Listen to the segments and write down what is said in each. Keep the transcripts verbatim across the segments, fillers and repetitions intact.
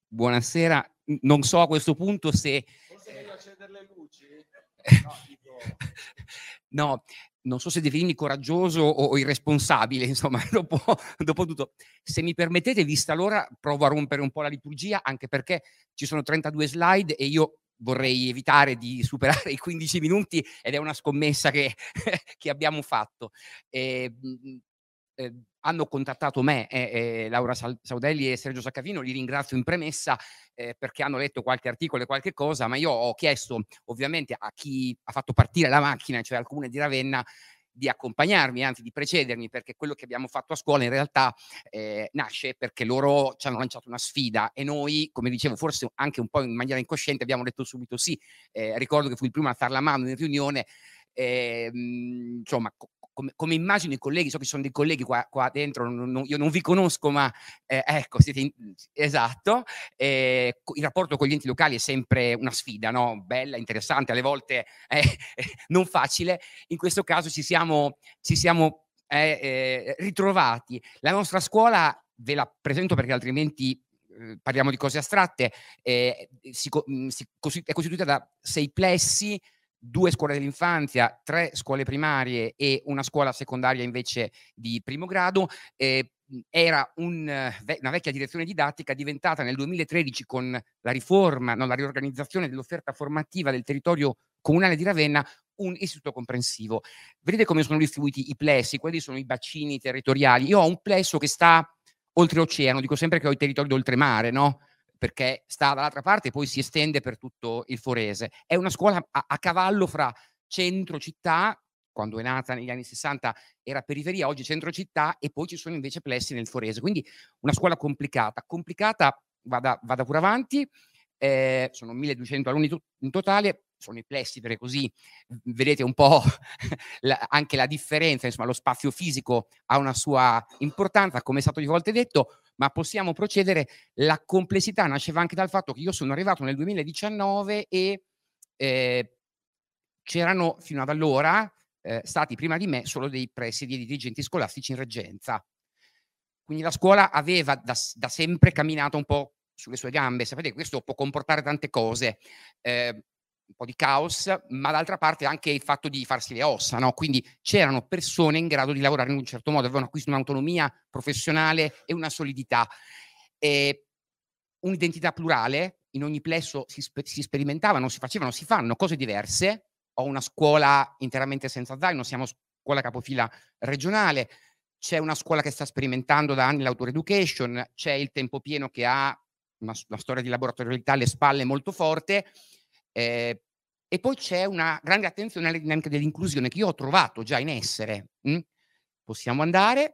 Buonasera. N non so a questo punto se Forse è meglio accendere le luci? No, dico no, non so se definirmi coraggioso o o irresponsabile, insomma, dopo dopo tutto. Se mi permettete, vista l'ora, provo a rompere un po' la liturgia, anche perché ci sono trentadue slide e io vorrei evitare di superare i quindici minuti ed è una scommessa che che abbiamo fatto. Ehm, mhmm, ehm, hanno contattato me, e e Laura Sal Saudelli e Sergio Saccavino, li ringrazio in premessa, ehm, perché hanno letto qualche articolo e qualche cosa, ma io ho chiesto ovviamente a chi ha fatto partire la macchina, cioè al Comune di Ravenna, di accompagnarmi, anzi di precedermi, perché quello che abbiamo fatto a scuola in realtà, ehm, nasce perché loro c'hanno lanciato una sfida e noi, come dicevo, forse anche un po' in maniera incosciente, abbiamo detto subito sì. Ehm, ricordo che fui il primo a alzar la mano in riunione. Ehm, insomma, co come come immagino i colleghi, so che ci sono dei colleghi qua qua dentro, non non io non vi conosco, ma, ehm, ecco, siete in esatto. Ehm, co il rapporto con gli enti locali è sempre una sfida, no, bella, interessante, alle volte, eh, non facile. In questo caso ci siamo ci siamo, eh, ehm, ritrovati. La nostra scuola ve la presento perché altrimenti, uhm, parliamo di cose astratte. Ehm, si co mhmm, si costi è costituita da sei plessi, due scuole dell'infanzia, tre scuole primarie e una scuola secondaria invece di primo grado. Ehm, mhmm, era un ve una vecchia direzione didattica diventata nel duemilatredici con la riforma no, la riorganizzazione dell'offerta formativa del territorio comunale di Ravenna, un istituto comprensivo. Vedete come sono distribuiti i plessi? Quelli sono i bacini territoriali. Io ho un plesso che sta oltreoceano, dico sempre che ho i territori d'oltremare, no, perché sta dall'altra parte e poi si estende per tutto il Forese. È una scuola a a cavallo fra centro città, quando è nata negli anni 'sessanta era periferia, oggi è centro città, e poi ci sono invece plessi nel Forese. Quindi una scuola complicata. Complicata, vada vada pure avanti. Ehm, sono milleduecento alunni tu in totale, sono i plessi perché così v vedete un po' la anche la differenza, insomma lo spazio fisico ha una sua importanza, come è stato più volte detto, ma possiamo procedere. La complessità nasceva anche dal fatto che io sono arrivato nel duemiladiciannove e, ehm, c'erano fino ad allora, ehm, stati prima di me solo dei presidi e dei dirigenti scolastici in reggenza. Quindi la scuola aveva da s da sempre camminato un po' sulle sue gambe. Sapete, questo può comportare tante cose, ehm, un po' di caos, ma d'altra parte anche il fatto di farsi le ossa, no, quindi c'erano persone in grado di lavorare in un certo modo, avevano acquisito un'autonomia professionale e una solidità. Ehm, un'identità plurale, in ogni plesso si spe si sperimentavano, si facevano, si fanno cose diverse. Ho una scuola interamente senza zaino, siamo scuola capofila regionale. C'è una scuola che sta sperimentando da anni l'outdoor education, c'è il tempo pieno che ha una s una storia di laboratorialità alle spalle molto forte, ehm, e poi c'è una grande attenzione alle dinamiche dell'inclusione che io ho trovato già in essere, mh. Possiamo andare.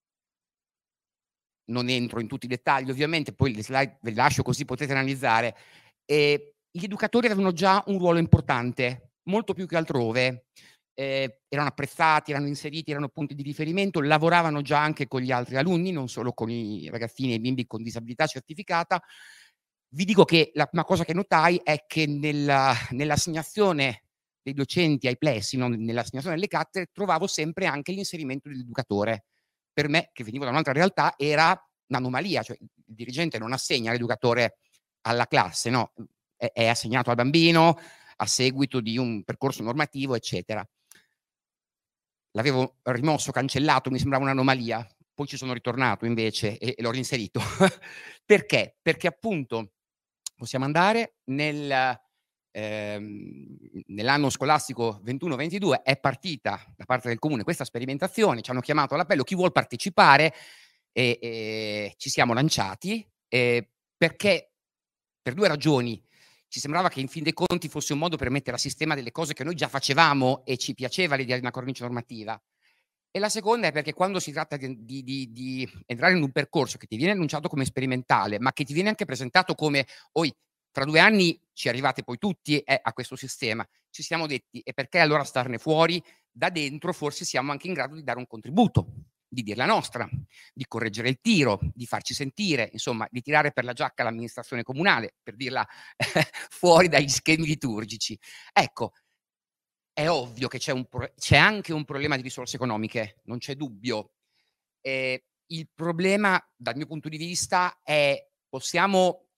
Non entro in tutti i dettagli ovviamente, poi le slide ve le lascio così potete analizzare. Ehm, gli educatori avevano già un ruolo importante, molto più che altrove. Ehm, erano apprezzati, erano inseriti, erano punti di riferimento, lavoravano già anche con gli altri alunni, non solo con i ragazzini e i bimbi con disabilità certificata. Vi dico che la prima cosa che notai è che nella nell'assegnazione dei docenti ai plessi, no, nell'assegnazione delle cattedre, trovavo sempre anche l'inserimento dell'educatore. Per me, che venivo da un'altra realtà, era un'anomalia, cioè il dirigente non assegna l'educatore alla classe, no, mhmm, è è assegnato al bambino a seguito di un percorso normativo, eccetera. L'avevo rimosso, cancellato, mi sembrava un'anomalia. Poi ci sono ritornato invece e e l'ho reinserito. Perché? Perché appunto possiamo andare nel ehm, nell'anno scolastico ventuno ventidue è partita da parte del comune questa sperimentazione, ci hanno chiamato all'appello: "Chi vuol partecipare?" E, ehm, ci siamo lanciati, ehm, perché per due ragioni. Ci sembrava che in fin dei conti fosse un modo per mettere a sistema delle cose che noi già facevamo e ci piaceva l'idea di una cornice normativa. E la seconda è perché quando si tratta di di di di entrare in un percorso che ti viene annunciato come sperimentale, ma che ti viene anche presentato come: "Oi, fra due anni ci arrivate poi tutti, eh, a questo sistema." Ci siamo detti: "E perché allora starne fuori? Da dentro forse siamo anche in grado di dare un contributo, di dir la nostra, di correggere il tiro, di farci sentire, insomma di tirare per la giacca l'amministrazione comunale, per dirla fuori dagli schemi liturgici." Ecco, è ovvio che c'è un pro c'è anche un problema di risorse economiche, non c'è dubbio. Ehm, il problema dal mio punto di vista è: possiamo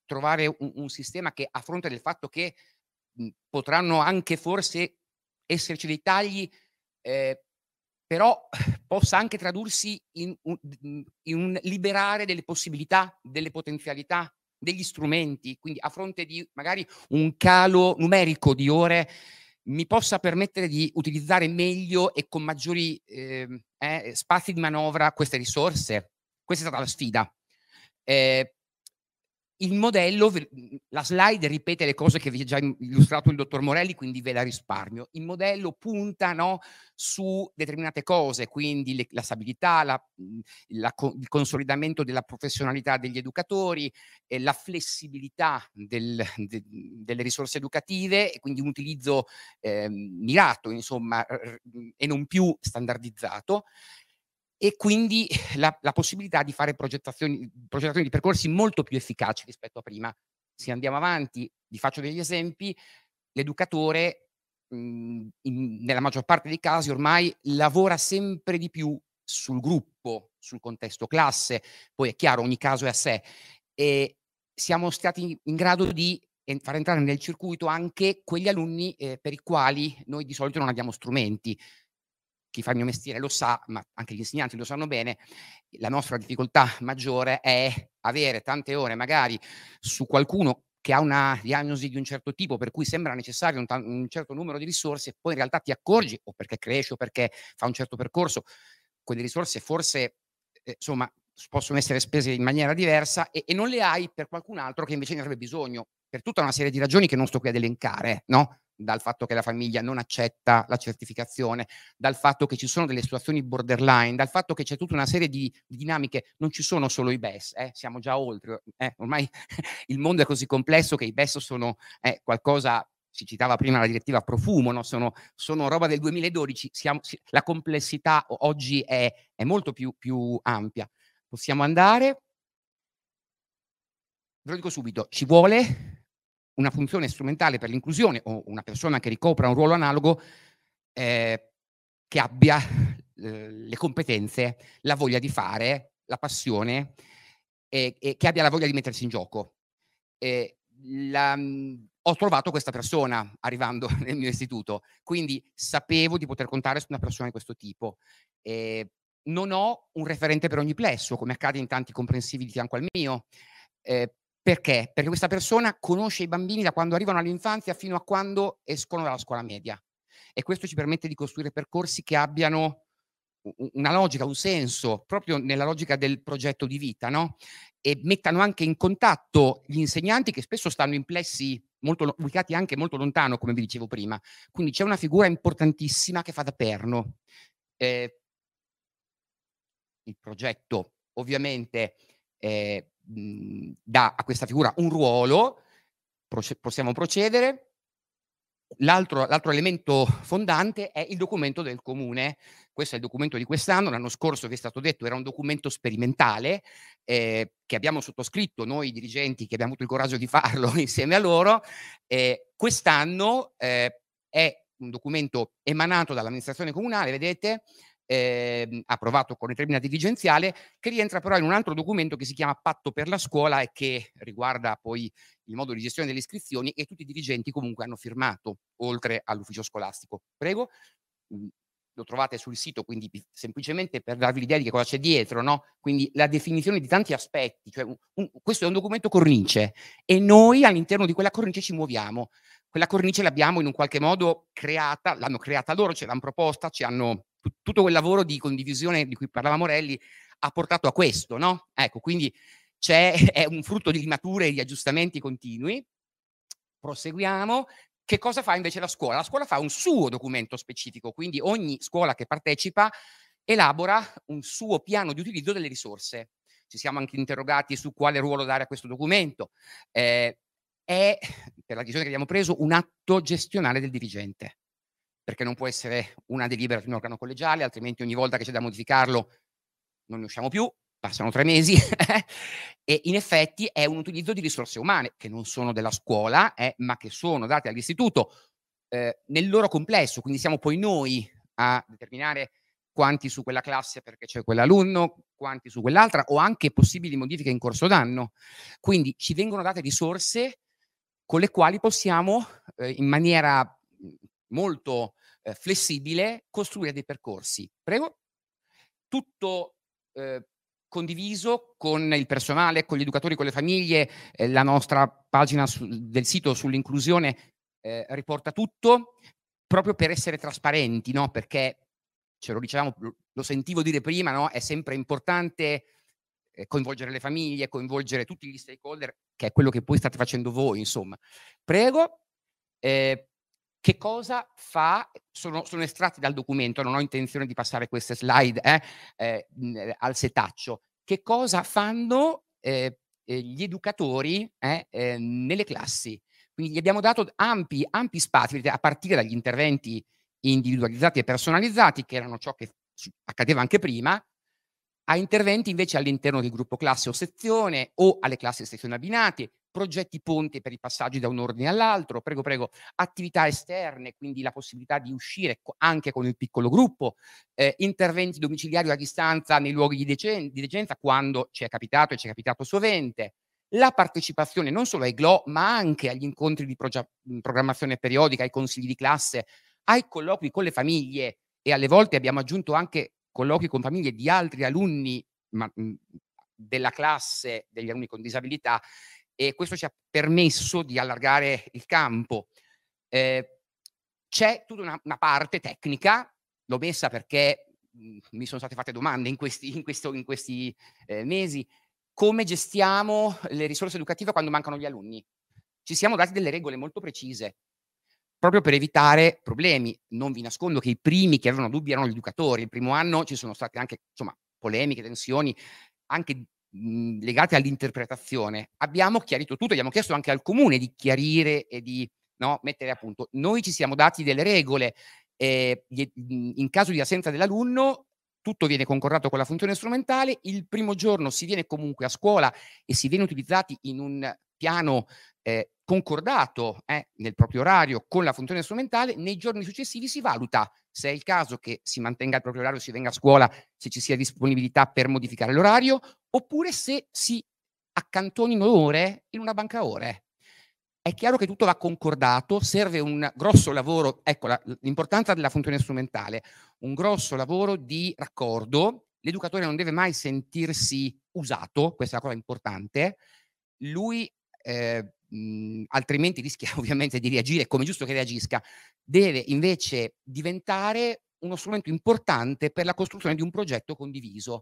trovare un, un sistema che, a fronte del fatto che mh, potranno anche forse esserci dei tagli, eh, però possa anche tradursi in un, in un liberare delle possibilità, delle potenzialità, degli strumenti, quindi a fronte di magari un calo numerico di ore mi possa permettere di utilizzare meglio e con maggiori ehm, eh, spazi di manovra queste risorse. Questa è stata la sfida. Eh, il modello, la slide ripete le cose che vi ha già illustrato il dottor Morelli, quindi ve la risparmio. Il modello punta, no, su determinate cose, quindi le, la stabilità, la, la, il consolidamento della professionalità degli educatori, eh, la flessibilità del, de, delle risorse educative e quindi un utilizzo eh, mirato, insomma, e non più standardizzato. E quindi la, la possibilità di fare progettazioni, progettazioni di percorsi molto più efficaci rispetto a prima. Se andiamo avanti, vi faccio degli esempi, l'educatore mh, in, nella maggior parte dei casi ormai lavora sempre di più sul gruppo, sul contesto classe, poi è chiaro, ogni caso è a sé, e siamo stati in grado di far entrare nel circuito anche quegli alunni eh, per i quali noi di solito non abbiamo strumenti. Chi fa il mio mestiere lo sa, ma anche gli insegnanti lo sanno bene, la nostra difficoltà maggiore è avere tante ore magari su qualcuno che ha una diagnosi di un certo tipo, per cui sembra necessario un, un certo numero di risorse, poi in realtà ti accorgi, o perché cresce o perché fa un certo percorso, quelle risorse forse eh, insomma possono essere spese in maniera diversa e, e non le hai per qualcun altro che invece ne avrebbe bisogno, per tutta una serie di ragioni che non sto qui ad elencare, no? Dal fatto che la famiglia non accetta la certificazione, dal fatto che ci sono delle situazioni borderline, dal fatto che c'è tutta una serie di, di dinamiche, non ci sono solo i B E S, eh, siamo già oltre, eh, ormai il mondo è così complesso che i B E S sono eh, qualcosa, si citava prima la direttiva Profumo, no? sono, sono roba del duemiladodici, siamo, si, la complessità oggi è, è molto più, più ampia. Possiamo andare, ve lo dico subito, ci vuole una funzione strumentale per l'inclusione o una persona che ricopra un ruolo analogo eh, che abbia eh, le competenze, la voglia di fare, la passione e, e che abbia la voglia di mettersi in gioco. E la, mh, ho trovato questa persona arrivando nel mio istituto, quindi sapevo di poter contare su una persona di questo tipo. E non ho un referente per ogni plesso, come accade in tanti comprensivi di fianco al mio. Eh, perché? Perché questa persona conosce i bambini da quando arrivano all'infanzia fino a quando escono dalla scuola media e questo ci permette di costruire percorsi che abbiano una logica, un senso, proprio nella logica del progetto di vita, no? E mettano anche in contatto gli insegnanti che spesso stanno in plessi molto, ubicati anche molto lontano, come vi dicevo prima. Quindi c'è una figura importantissima che fa da perno. Eh, il progetto ovviamente eh, mh, dà a questa figura un ruolo, proce- possiamo procedere. L'altro, l'altro elemento fondante è il documento del comune. Questo è il documento di quest'anno. L'anno scorso, vi è stato detto, era un documento sperimentale eh, che abbiamo sottoscritto noi dirigenti che abbiamo avuto il coraggio di farlo insieme a loro. Eh, quest'anno eh, è un documento emanato dall'amministrazione comunale, vedete, eh, approvato con termina dirigenziale, che rientra però in un altro documento che si chiama Patto per la scuola e che riguarda poi il modo di gestione delle iscrizioni e tutti i dirigenti comunque hanno firmato, oltre all'ufficio scolastico. Prego, lo trovate sul sito, quindi semplicemente per darvi l'idea di che cosa c'è dietro, no? Quindi la definizione di tanti aspetti, cioè un, un, questo è un documento cornice e noi all'interno di quella cornice ci muoviamo. Quella cornice l'abbiamo in un qualche modo creata, l'hanno creata loro, ce l'hanno proposta, ci hanno tutto quel lavoro di condivisione di cui parlava Morelli ha portato a questo, no? Ecco, quindi c'è, è un frutto di limature e di aggiustamenti continui. Proseguiamo. Che cosa fa invece la scuola? La scuola fa un suo documento specifico, quindi ogni scuola che partecipa elabora un suo piano di utilizzo delle risorse. Ci siamo anche interrogati su quale ruolo dare a questo documento. Eh, è, per la decisione che abbiamo preso, un atto gestionale del dirigente, perché non può essere una delibera di un organo collegiale, altrimenti ogni volta che c'è da modificarlo non ne usciamo più, passano tre mesi e in effetti è un utilizzo di risorse umane che non sono della scuola, eh, ma che sono date all'istituto eh, nel loro complesso, quindi siamo poi noi a determinare quanti su quella classe perché c'è quell'alunno, quanti su quell'altra, o anche possibili modifiche in corso d'anno. Quindi ci vengono date risorse con le quali possiamo, eh, in maniera mh, molto eh, flessibile, costruire dei percorsi. Prego. Tutto eh, condiviso con il personale, con gli educatori, con le famiglie. Eh, la nostra pagina su, del sito sull'inclusione eh, riporta tutto, proprio per essere trasparenti, no? Perché, ce lo dicevamo, lo, lo sentivo dire prima, no? È sempre importante eh, coinvolgere le famiglie, coinvolgere tutti gli stakeholder, che è quello che poi state facendo voi, insomma. Prego. Eh, che cosa fa? Sono, sono estratti dal documento, non ho intenzione di passare queste slide eh, eh, mh, al setaccio. Che cosa fanno eh, eh, gli educatori eh, eh, nelle classi? Quindi gli abbiamo dato ampi, ampi spazi, vedete, a partire dagli interventi individualizzati e personalizzati, che erano ciò che accadeva anche prima, a interventi invece all'interno del gruppo classe o sezione, o alle classi e sezioni abbinate, progetti ponte per i passaggi da un ordine all'altro, prego, prego, attività esterne, quindi la possibilità di uscire anche con il piccolo gruppo, eh, interventi domiciliari a distanza nei luoghi di, decen- di degenza quando ci è capitato e ci è capitato sovente, la partecipazione non solo ai G L O, ma anche agli incontri di proge- programmazione periodica, ai consigli di classe, ai colloqui con le famiglie, e alle volte abbiamo aggiunto anche colloqui con famiglie di altri alunni, ma, mh, della classe degli alunni con disabilità, e questo ci ha permesso di allargare il campo. Eh, c'è tutta una, una parte tecnica, l'ho messa perché mh, mi sono state fatte domande in questi, in questo, in questi eh, mesi. Come gestiamo le risorse educative quando mancano gli alunni? Ci siamo dati delle regole molto precise, proprio per evitare problemi. Non vi nascondo che i primi che avevano dubbi erano gli educatori. Il primo anno ci sono state anche, insomma, polemiche, tensioni, anche mh, legate all'interpretazione. Abbiamo chiarito tutto, abbiamo chiesto anche al comune di chiarire e di, no, mettere a punto. Noi ci siamo dati delle regole. Eh, in caso di assenza dell'alunno, tutto viene concordato con la funzione strumentale. Il primo giorno si viene comunque a scuola e si viene utilizzati in un piano eh, concordato eh, nel proprio orario con la funzione strumentale. Nei giorni successivi si valuta se è il caso che si mantenga il proprio orario, si venga a scuola, se ci sia disponibilità per modificare l'orario, oppure se si accantonino ore in una banca ore. È chiaro che tutto va concordato, serve un grosso lavoro, ecco la, l'importanza della funzione strumentale, un grosso lavoro di raccordo. L'educatore non deve mai sentirsi usato, questa è la cosa importante. Lui eh, mh, altrimenti rischia ovviamente di reagire, come giusto che reagisca, deve invece diventare uno strumento importante per la costruzione di un progetto condiviso.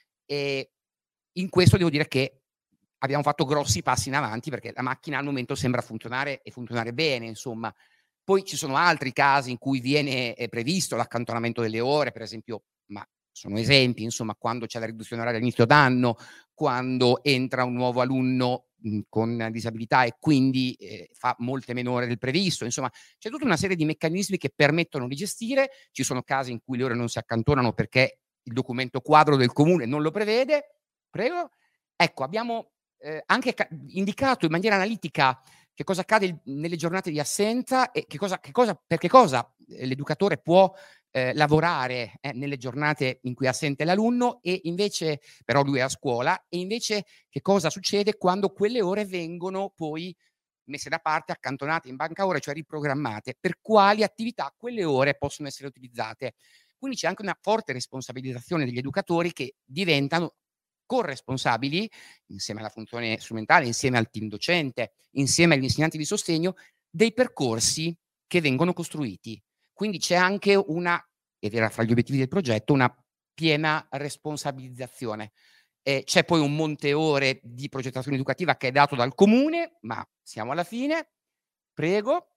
E in questo devo dire che abbiamo fatto grossi passi in avanti, perché la macchina al momento sembra funzionare e funzionare bene, insomma. Poi ci sono altri casi in cui viene eh, previsto l'accantonamento delle ore, per esempio, ma sono esempi, insomma, quando c'è la riduzione oraria all'inizio d'anno, quando entra un nuovo alunno mh, con disabilità e quindi eh, fa molte meno ore del previsto, insomma, c'è tutta una serie di meccanismi che permettono di gestire. Ci sono casi in cui le ore non si accantonano perché il documento quadro del comune non lo prevede. Prego. Ecco, abbiamo eh, anche ca- indicato in maniera analitica che cosa accade il, nelle giornate di assenza e che cosa, che cosa, per che cosa eh, l'educatore può eh, lavorare eh, nelle giornate in cui è assente l'alunno, e invece però lui è a scuola, e invece che cosa succede quando quelle ore vengono poi messe da parte, accantonate in banca ore, cioè riprogrammate, per quali attività quelle ore possono essere utilizzate. Quindi c'è anche una forte responsabilizzazione degli educatori, che diventano corresponsabili, insieme alla funzione strumentale, insieme al team docente, insieme agli insegnanti di sostegno, dei percorsi che vengono costruiti. Quindi c'è anche una, ed era fra gli obiettivi del progetto, una piena responsabilizzazione. Eh, c'è poi un monte ore di progettazione educativa che è dato dal comune, ma siamo alla fine. Prego.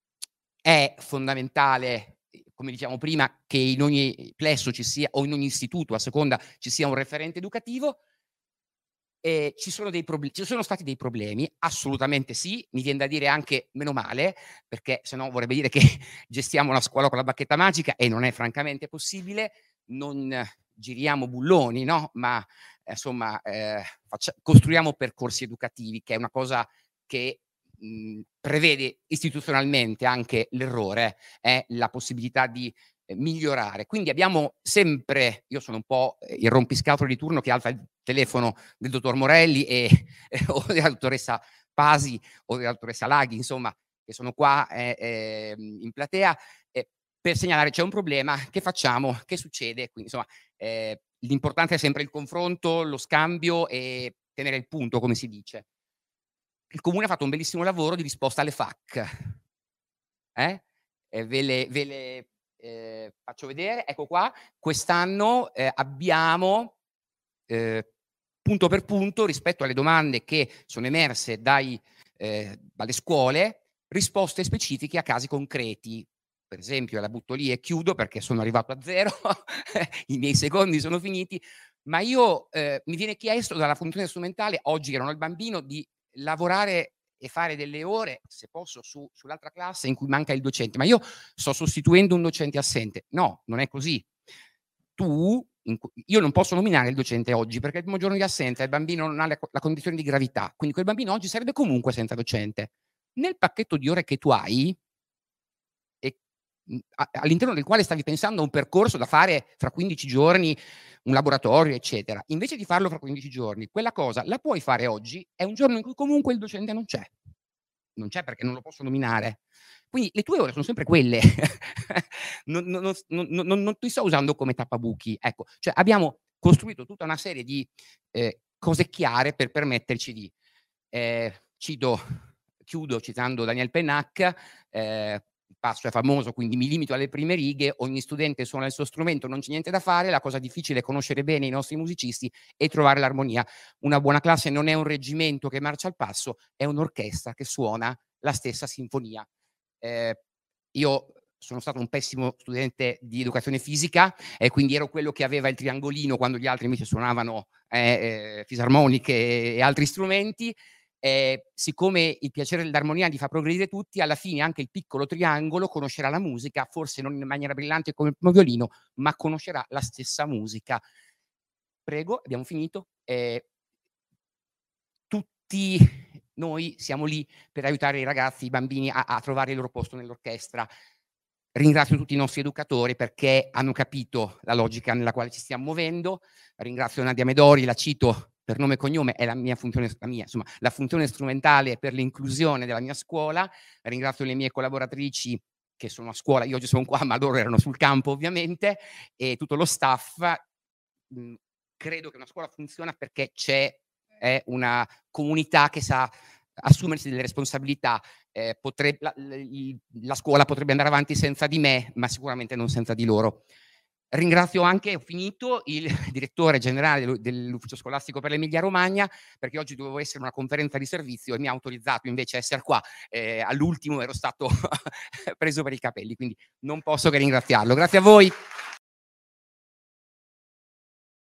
È fondamentale, come diciamo prima, che in ogni plesso ci sia, o in ogni istituto a seconda, ci sia un referente educativo. Eh, ci sono dei prob- ci sono stati dei problemi, assolutamente sì, mi viene da dire anche meno male, perché se no vorrebbe dire che gestiamo la scuola con la bacchetta magica, e non è francamente possibile. Non giriamo bulloni, no? Ma eh, insomma eh, faccia- costruiamo percorsi educativi, che è una cosa che mh, prevede istituzionalmente anche l'errore, eh, la possibilità di eh, migliorare. Quindi abbiamo sempre, io sono un po' il rompiscatole di turno che alza il telefono del dottor Morelli e, eh, o della dottoressa Pasi o della dottoressa Laghi, insomma, che sono qua eh, eh, in platea, eh, per segnalare c'è un problema, che facciamo, che succede, quindi insomma eh, l'importante è sempre il confronto, lo scambio e tenere il punto, come si dice. Il Comune ha fatto un bellissimo lavoro di risposta alle F A Q. Eh? Eh, ve le, ve le eh, faccio vedere, ecco qua, quest'anno eh, abbiamo eh, punto per punto rispetto alle domande che sono emerse dai, eh, dalle scuole, risposte specifiche a casi concreti. Per esempio, la butto lì e chiudo perché sono arrivato a zero, i miei secondi sono finiti, ma io eh, mi viene chiesto dalla funzione strumentale, oggi erano il bambino, di lavorare e fare delle ore, se posso, su, sull'altra classe in cui manca il docente, ma io sto sostituendo un docente assente. No, non è così. Tu, in, io non posso nominare il docente oggi perché è il primo giorno di assenza, il bambino non ha la, la condizione di gravità, quindi quel bambino oggi sarebbe comunque senza docente. Nel pacchetto di ore che tu hai, e all'interno del quale stavi pensando a un percorso da fare fra quindici giorni, un laboratorio, eccetera, invece di farlo fra quindici giorni, quella cosa la puoi fare oggi, è un giorno in cui comunque il docente non c'è. Non c'è perché non lo posso nominare. Quindi le tue ore sono sempre quelle. non, non, non, non, non ti sto usando come tappabuchi. Ecco, cioè abbiamo costruito tutta una serie di eh, cose chiare per permetterci di, eh, cito, chiudo citando Daniel Pennac, eh, il passo è famoso, quindi mi limito alle prime righe, ogni studente suona il suo strumento, non c'è niente da fare, la cosa difficile è conoscere bene i nostri musicisti e trovare l'armonia. Una buona classe non è un reggimento che marcia al passo, è un'orchestra che suona la stessa sinfonia. Eh, io sono stato un pessimo studente di educazione fisica e quindi ero quello che aveva il triangolino quando gli altri invece suonavano eh, eh, fisarmoniche e altri strumenti. Eh, siccome il piacere dell'armonia li fa progredire tutti, alla fine anche il piccolo triangolo conoscerà la musica, forse non in maniera brillante come il primo violino, ma conoscerà la stessa musica. Prego, abbiamo finito. Eh, tutti noi siamo lì per aiutare i ragazzi, i bambini a, a trovare il loro posto nell'orchestra. Ringrazio tutti i nostri educatori perché hanno capito la logica nella quale ci stiamo muovendo. Ringrazio Nadia Medori, la cito per nome e cognome, è la mia funzione, la mia, insomma, la funzione strumentale per l'inclusione della mia scuola. Ringrazio le mie collaboratrici che sono a scuola, io oggi sono qua, ma loro erano sul campo ovviamente, e tutto lo staff. Mh, credo che una scuola funziona perché c'è è una comunità che sa assumersi delle responsabilità. Eh, potrebbe, la, la scuola potrebbe andare avanti senza di me, ma sicuramente non senza di loro. Ringrazio anche, ho finito, il direttore generale dell'ufficio scolastico per l'Emilia Romagna, perché oggi dovevo essere una conferenza di servizio e mi ha autorizzato invece a essere qua. Eh, all'ultimo ero stato preso per i capelli, quindi non posso che ringraziarlo. Grazie a voi.